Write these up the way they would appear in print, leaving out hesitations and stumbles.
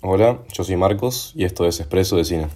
Hola, yo soy Marcos y esto es Expreso de Cine.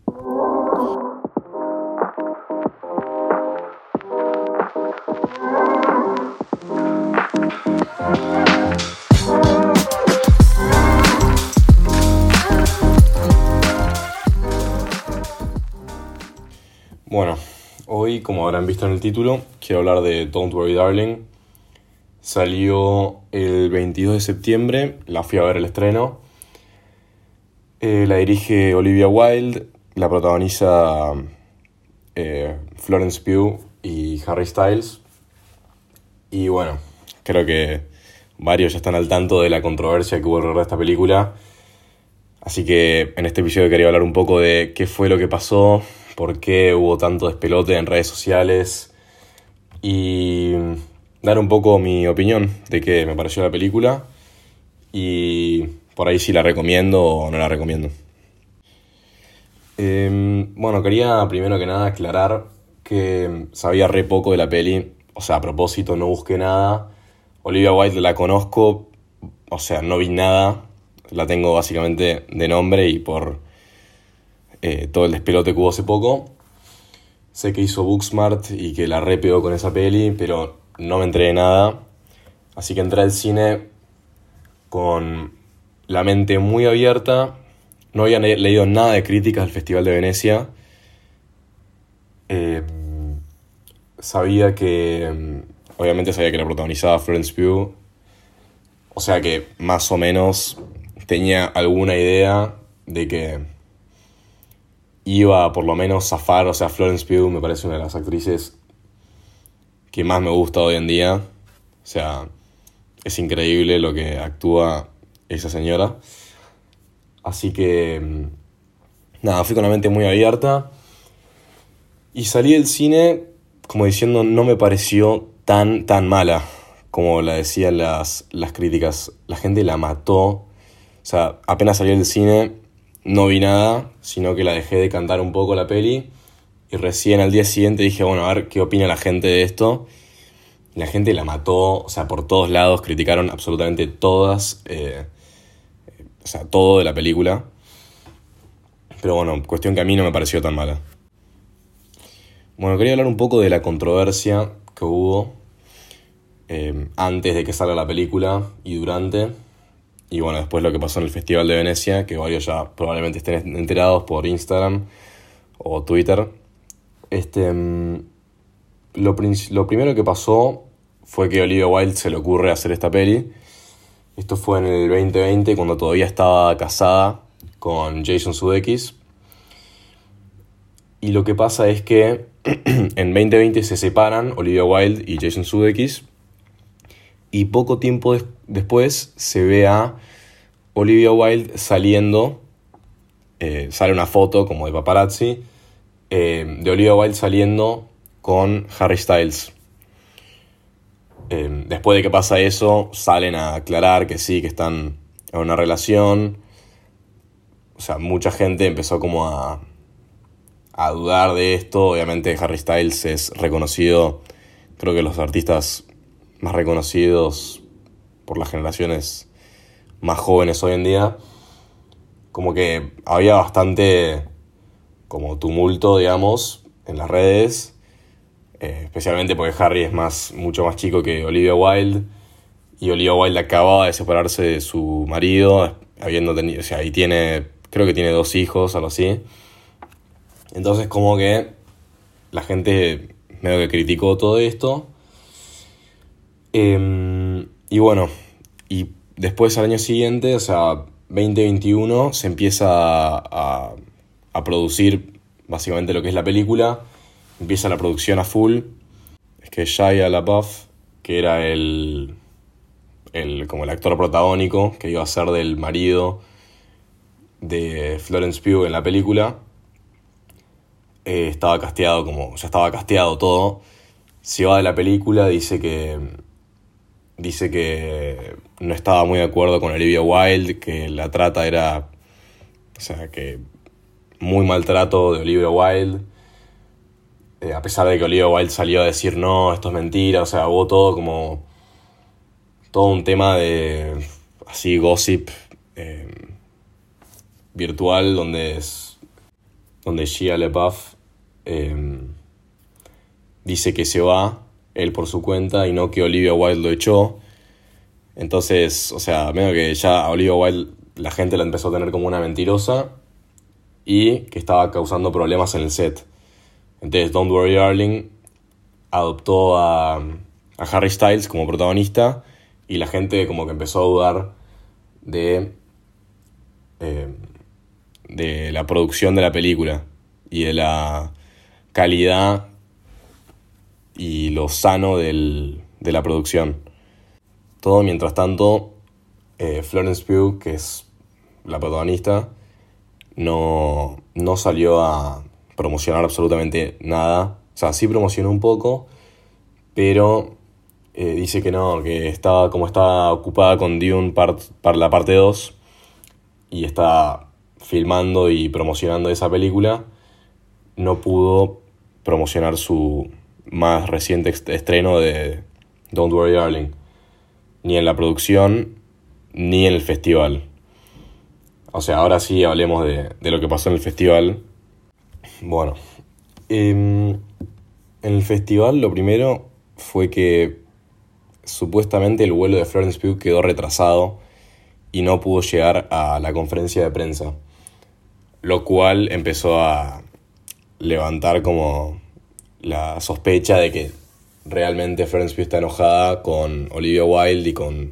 Bueno, hoy, como habrán visto en el título, quiero hablar de Don't Worry Darling. Salió el 22 de septiembre, la fui a ver el estreno. La dirige Olivia Wilde, la protagoniza Florence Pugh y Harry Styles. Y bueno, creo que varios ya están al tanto de la controversia que hubo alrededor de esta película. Así que en este episodio quería hablar un poco de qué fue lo que pasó, por qué hubo tanto despelote en redes sociales y dar un poco mi opinión de qué me pareció la película y por ahí si la recomiendo o no la recomiendo. Bueno, quería primero que nada aclarar que sabía re poco de la peli, o sea, a propósito no busqué nada. Olivia Wilde la conozco, o sea, no vi nada, la tengo básicamente de nombre y por todo el despelote que hubo hace poco. Sé que hizo Booksmart y que la re pegó con esa peli, pero no me enteré de nada. Así que entré al cine con la mente muy abierta. No había leído nada de críticas del Festival de Venecia. Obviamente sabía que la protagonizaba Florence Pugh. O sea que más o menos tenía alguna idea de que iba a por lo menos zafar. O sea, Florence Pugh me parece una de las actrices que más me gusta hoy en día. O sea, es increíble lo que actúa esa señora. Así que, nada, fui con la mente muy abierta. Y salí del cine como diciendo no me pareció tan mala como la decían las críticas. La gente la mató. O sea, apenas salí del cine no vi nada, sino que la dejé de cantar un poco la peli. Y recién al día siguiente dije, bueno, a ver qué opina la gente de esto. La gente la mató, o sea, por todos lados criticaron absolutamente todas, o sea, todo de la película. Pero bueno, cuestión que a mí no me pareció tan mala. Bueno, quería hablar un poco de la controversia que hubo antes de que salga la película y durante. Y bueno, después lo que pasó en el Festival de Venecia, que varios ya probablemente estén enterados por Instagram o Twitter. Lo primero que pasó fue que a Olivia Wilde se le ocurre hacer esta peli. Esto fue en el 2020, cuando todavía estaba casada con Jason Sudeikis. Y lo que pasa es que en 2020 se separan Olivia Wilde y Jason Sudeikis. Y poco tiempo después se ve a Olivia Wilde saliendo. Sale una foto como de paparazzi de Olivia Wilde saliendo con Harry Styles. Después de que pasa eso, salen a aclarar que sí, que están en una relación. O sea, mucha gente empezó como a dudar de esto. Obviamente Harry Styles es reconocido, creo que los artistas más reconocidos por las generaciones más jóvenes hoy en día. Como que había bastante como tumulto, digamos, en las redes. Especialmente porque Harry es mucho más chico que Olivia Wilde. Y Olivia Wilde acababa de separarse de su marido, habiendo tenido, o sea, y creo que tiene 2 hijos, algo así. Entonces como que la gente medio que criticó todo esto. Y bueno, y después al año siguiente, o sea, 2021, se empieza a producir básicamente lo que es la película. Empieza la producción a full. Es que Shia LaBeouf, que era como el actor protagónico, que iba a ser del marido de Florence Pugh en la película, ya estaba casteado todo. Se va de la película, dice que no estaba muy de acuerdo con Olivia Wilde, que la trata era, o sea, que muy maltrato de Olivia Wilde. A pesar de que Olivia Wilde salió a decir no, esto es mentira, o sea, hubo todo un tema de así gossip virtual donde Shia LaBeouf dice que se va él por su cuenta y no que Olivia Wilde lo echó. Entonces, o sea, medio que ya a Olivia Wilde la gente la empezó a tener como una mentirosa y que estaba causando problemas en el set. Entonces Don't Worry Darling adoptó a Harry Styles como protagonista y la gente como que empezó a dudar de la producción de la película y de la calidad y lo sano de la producción. Todo mientras tanto, Florence Pugh, que es la protagonista, no salió a promocionar absolutamente nada. O sea, sí promocionó un poco, pero dice que no, que estaba ocupada con Dune para la parte 2 y está filmando y promocionando esa película, no pudo promocionar su más reciente estreno de Don't Worry Darling, ni en la producción ni en el festival. O sea, ahora sí hablemos de lo que pasó en el festival. Bueno, en el festival lo primero fue que supuestamente el vuelo de Florence Pugh quedó retrasado y no pudo llegar a la conferencia de prensa, lo cual empezó a levantar como la sospecha de que realmente Florence Pugh está enojada con Olivia Wilde y con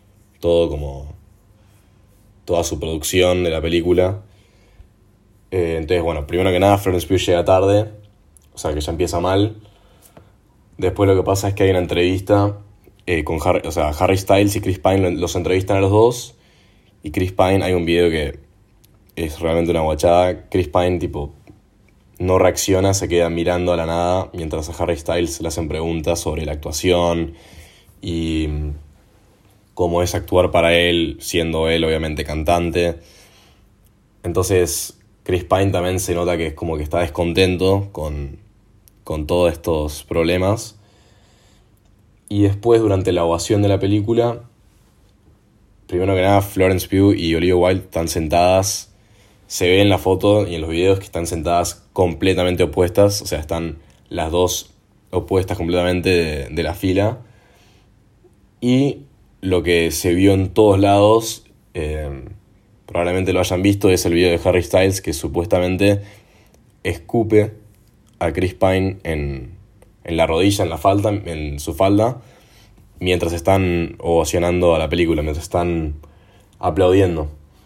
toda su producción de la película. Entonces, bueno, primero que nada Florence Pugh llega tarde, o sea que ya empieza mal. Después lo que pasa es que hay una entrevista con Harry Styles y Chris Pine los entrevistan a los dos. Y Chris Pine, hay un video que es realmente una guachada. Chris Pine tipo no reacciona, se queda mirando a la nada mientras a Harry Styles le hacen preguntas sobre la actuación y cómo es actuar para él, siendo él obviamente cantante. Entonces Chris Pine también se nota que es como que está descontento con todos estos problemas. Y después, durante la ovación de la película, primero que nada Florence Pugh y Olivia Wilde están sentadas. Se ve en la foto y en los videos que están sentadas completamente opuestas. O sea, están las dos opuestas completamente de la fila. Y lo que se vio en todos lados, probablemente lo hayan visto, es el video de Harry Styles que supuestamente escupe a Chris Pine en la rodilla, en su falda, mientras están ovacionando a la película, mientras están aplaudiendo.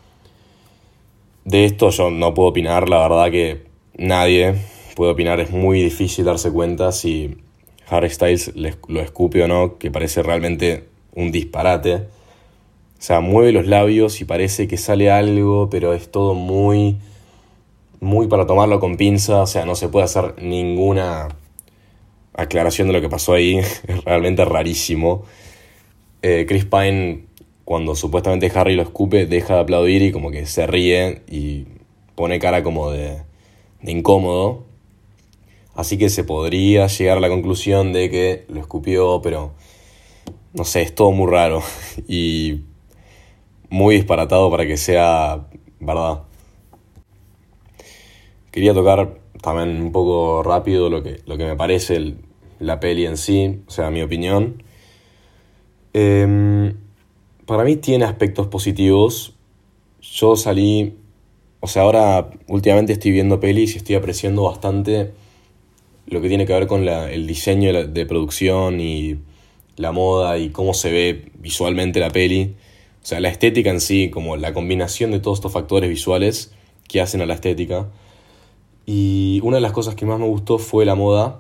De esto yo no puedo opinar, la verdad que nadie puede opinar, es muy difícil darse cuenta si Harry Styles lo escupe o no, que parece realmente un disparate. O sea, mueve los labios y parece que sale algo, pero es todo muy, muy para tomarlo con pinza. O sea, no se puede hacer ninguna aclaración de lo que pasó ahí. Es realmente rarísimo. Chris Pine, cuando supuestamente Harry lo escupe, deja de aplaudir y como que se ríe y pone cara como de incómodo. Así que se podría llegar a la conclusión de que lo escupió, pero no sé, es todo muy raro y muy disparatado para que sea verdad. Quería tocar también un poco rápido lo que me parece la peli en sí, o sea, mi opinión. Para mí tiene aspectos positivos. Yo salí, o sea, ahora últimamente estoy viendo pelis y estoy apreciando bastante lo que tiene que ver con el diseño de producción y la moda y cómo se ve visualmente la peli. O sea, la estética en sí, como la combinación de todos estos factores visuales que hacen a la estética. Y una de las cosas que más me gustó fue la moda.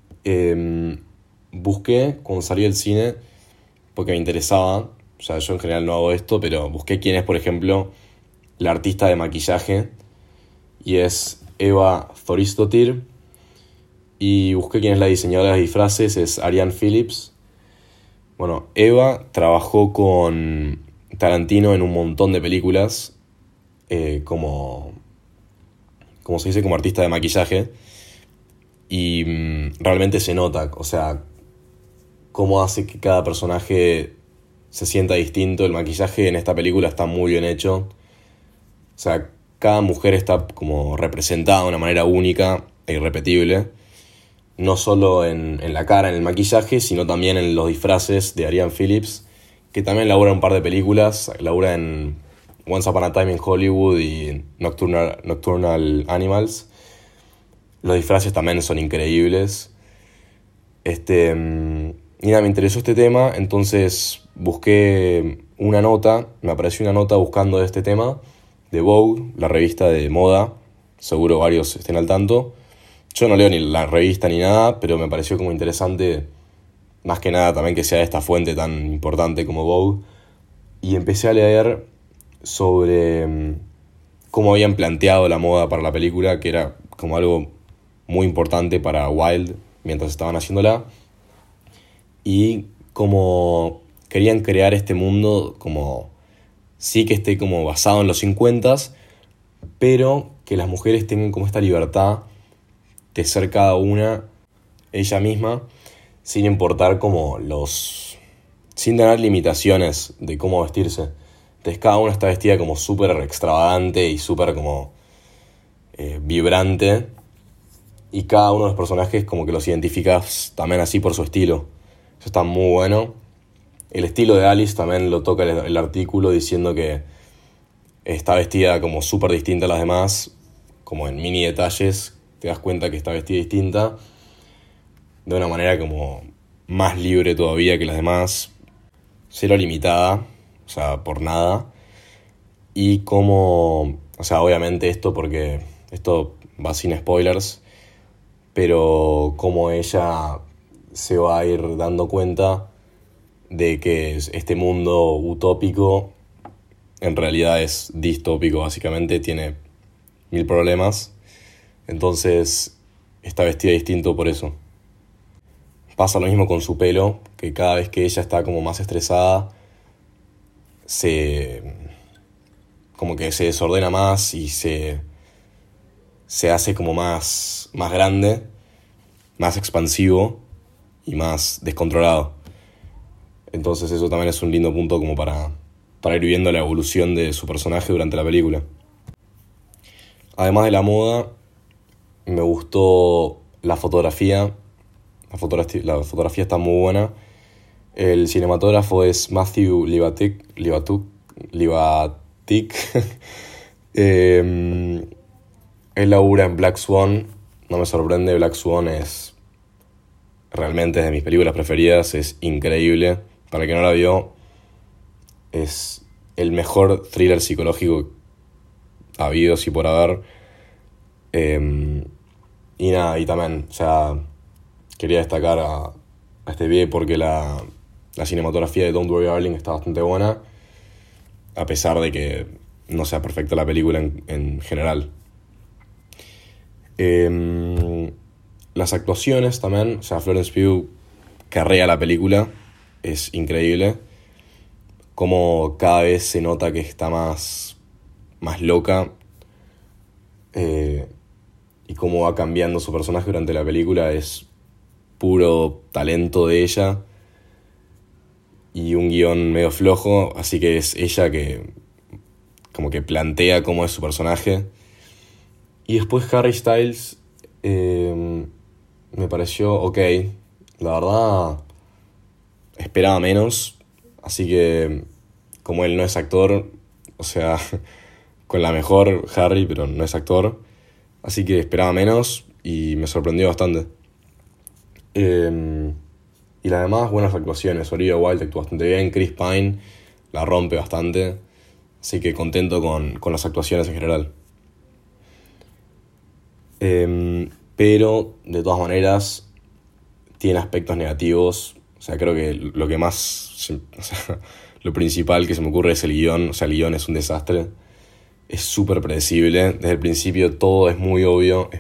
Busqué, cuando salí del cine, porque me interesaba, o sea, yo en general no hago esto, pero busqué quién es, por ejemplo, la artista de maquillaje, y es Eva Thoristotir. Y busqué quién es la diseñadora de disfraces, es Ariane Phillips. Bueno, Eva trabajó con Tarantino en un montón de películas, como se dice, como artista de maquillaje. Y realmente se nota, o sea, cómo hace que cada personaje se sienta distinto. El maquillaje en esta película está muy bien hecho. O sea, cada mujer está como representada de una manera única e irrepetible, no solo en la cara, en el maquillaje, sino también en los disfraces de Arianne Phillips, que también labura en un par de películas, labura en Once Upon a Time in Hollywood y Nocturnal Animals. Los disfraces también son increíbles. Y nada, me interesó este tema, entonces busqué una nota, me apareció una nota buscando este tema de Vogue, la revista de moda, seguro varios estén al tanto. Yo no leo ni la revista ni nada, pero me pareció como interesante, más que nada también que sea esta fuente tan importante como Vogue. Y empecé a leer sobre cómo habían planteado la moda para la película, que era como algo muy importante para Wilde mientras estaban haciéndola. Y cómo querían crear este mundo como sí que esté como basado en los 50s, pero que las mujeres tengan como esta libertad de ser cada una ella misma, sin importar como sin tener limitaciones de cómo vestirse. Entonces cada una está vestida como súper extravagante y súper como vibrante, y cada uno de los personajes como que los identificas también así por su estilo. Eso está muy bueno. El estilo de Alice también lo toca el artículo, diciendo que está vestida como súper distinta a las demás, como en mini detalles te das cuenta que está vestida distinta, de una manera como más libre todavía que las demás, cero limitada, o sea, por nada. Y como, o sea, obviamente esto va sin spoilers, pero como ella se va a ir dando cuenta de que este mundo utópico en realidad es distópico, básicamente tiene 1000 problemas. Entonces está vestida distinto por eso. Pasa lo mismo con su pelo, que cada vez que ella está como más estresada, como que se desordena más y se hace como más grande, más expansivo y más descontrolado. Entonces eso también es un lindo punto como para ir viendo la evolución de su personaje durante la película. Además de la moda, me gustó la fotografía. La fotografía está muy buena. El cinematógrafo es Matthew Libatic. Él labura en Black Swan. No me sorprende, Black Swan es realmente de mis películas preferidas. Es increíble. Para el que no la vio, es el mejor thriller psicológico habido, si por haber. Y nada, y también, o sea, quería destacar a este video porque la cinematografía de Don't Worry Darling está bastante buena, a pesar de que no sea perfecta la película en general. Las actuaciones también, o sea, Florence Pugh carrea la película, es increíble. Como cada vez se nota que está más loca, y cómo va cambiando su personaje durante la película es puro talento de ella y un guión medio flojo, así que es ella que como que plantea cómo es su personaje. Y después Harry Styles me pareció ok, la verdad esperaba menos, así que como él no es actor, o sea, con la mejor Harry, pero no es actor, así que esperaba menos y me sorprendió bastante. Y las demás buenas actuaciones. Olivia Wilde actúa bastante bien, Chris Pine la rompe bastante, así que contento con las actuaciones en general. Pero de todas maneras tiene aspectos negativos. O sea, creo que lo que más, o sea, lo principal que se me ocurre es el guión. O sea, el guión es un desastre, es súper predecible desde el principio, todo es muy obvio.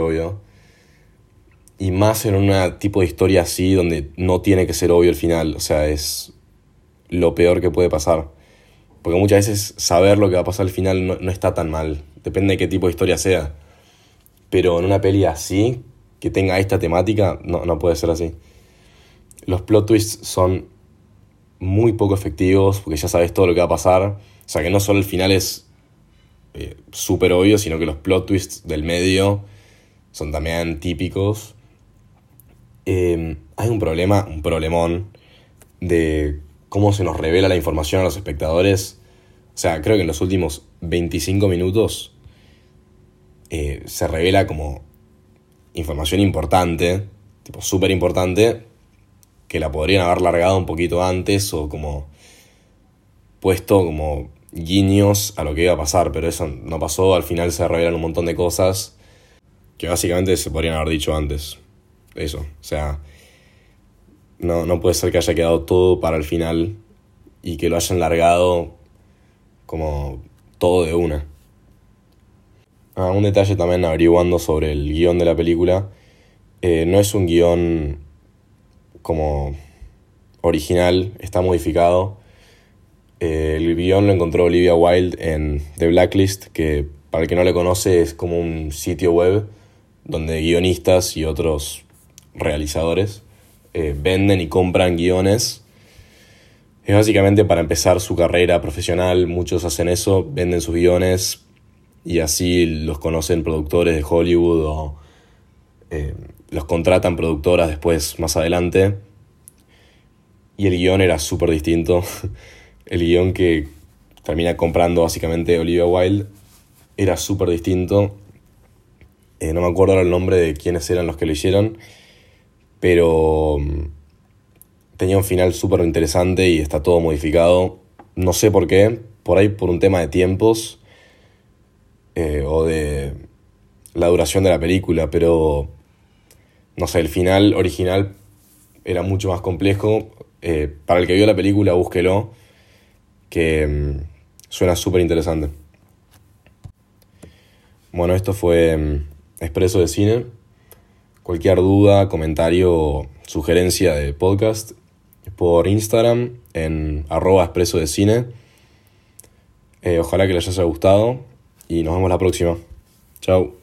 Y más en un tipo de historia así, donde no tiene que ser obvio el final. O sea, es lo peor que puede pasar. Porque muchas veces saber lo que va a pasar al final no está tan mal. Depende de qué tipo de historia sea. Pero en una peli así, que tenga esta temática, no puede ser así. Los plot twists son muy poco efectivos, porque ya sabes todo lo que va a pasar. O sea, que no solo el final es súper obvios, sino que los plot twists del medio son también típicos. Hay un problemón de cómo se nos revela la información a los espectadores. O sea, creo que en los últimos 25 minutos se revela como información importante, tipo súper importante, que la podrían haber largado un poquito antes o como puesto como guiños a lo que iba a pasar, pero eso no pasó. Al final se revelan un montón de cosas que básicamente se podrían haber dicho antes. Eso, o sea, no puede ser que haya quedado todo para el final y que lo hayan largado como todo de una. Un detalle también averiguando sobre el guión de la película, no es un guión como original, está modificado. El guión lo encontró Olivia Wilde en The Blacklist, que para el que no le conoce es como un sitio web donde guionistas y otros realizadores venden y compran guiones. Es básicamente para empezar su carrera profesional. Muchos hacen eso, venden sus guiones y así los conocen productores de Hollywood o los contratan productoras después más adelante. Y el guión era súper distinto. El guión que termina comprando básicamente Olivia Wilde era súper distinto. No me acuerdo ahora el nombre de quiénes eran los que lo hicieron, pero tenía un final súper interesante y está todo modificado. No sé por qué, por ahí por un tema de tiempos o de la duración de la película, pero no sé, el final original era mucho más complejo. Para el que vio la película, búsquelo, que suena súper interesante. Bueno, esto fue Expreso de Cine. Cualquier duda, comentario o sugerencia de podcast por Instagram en @expresodecine. Ojalá que les haya gustado y nos vemos la próxima. Chau.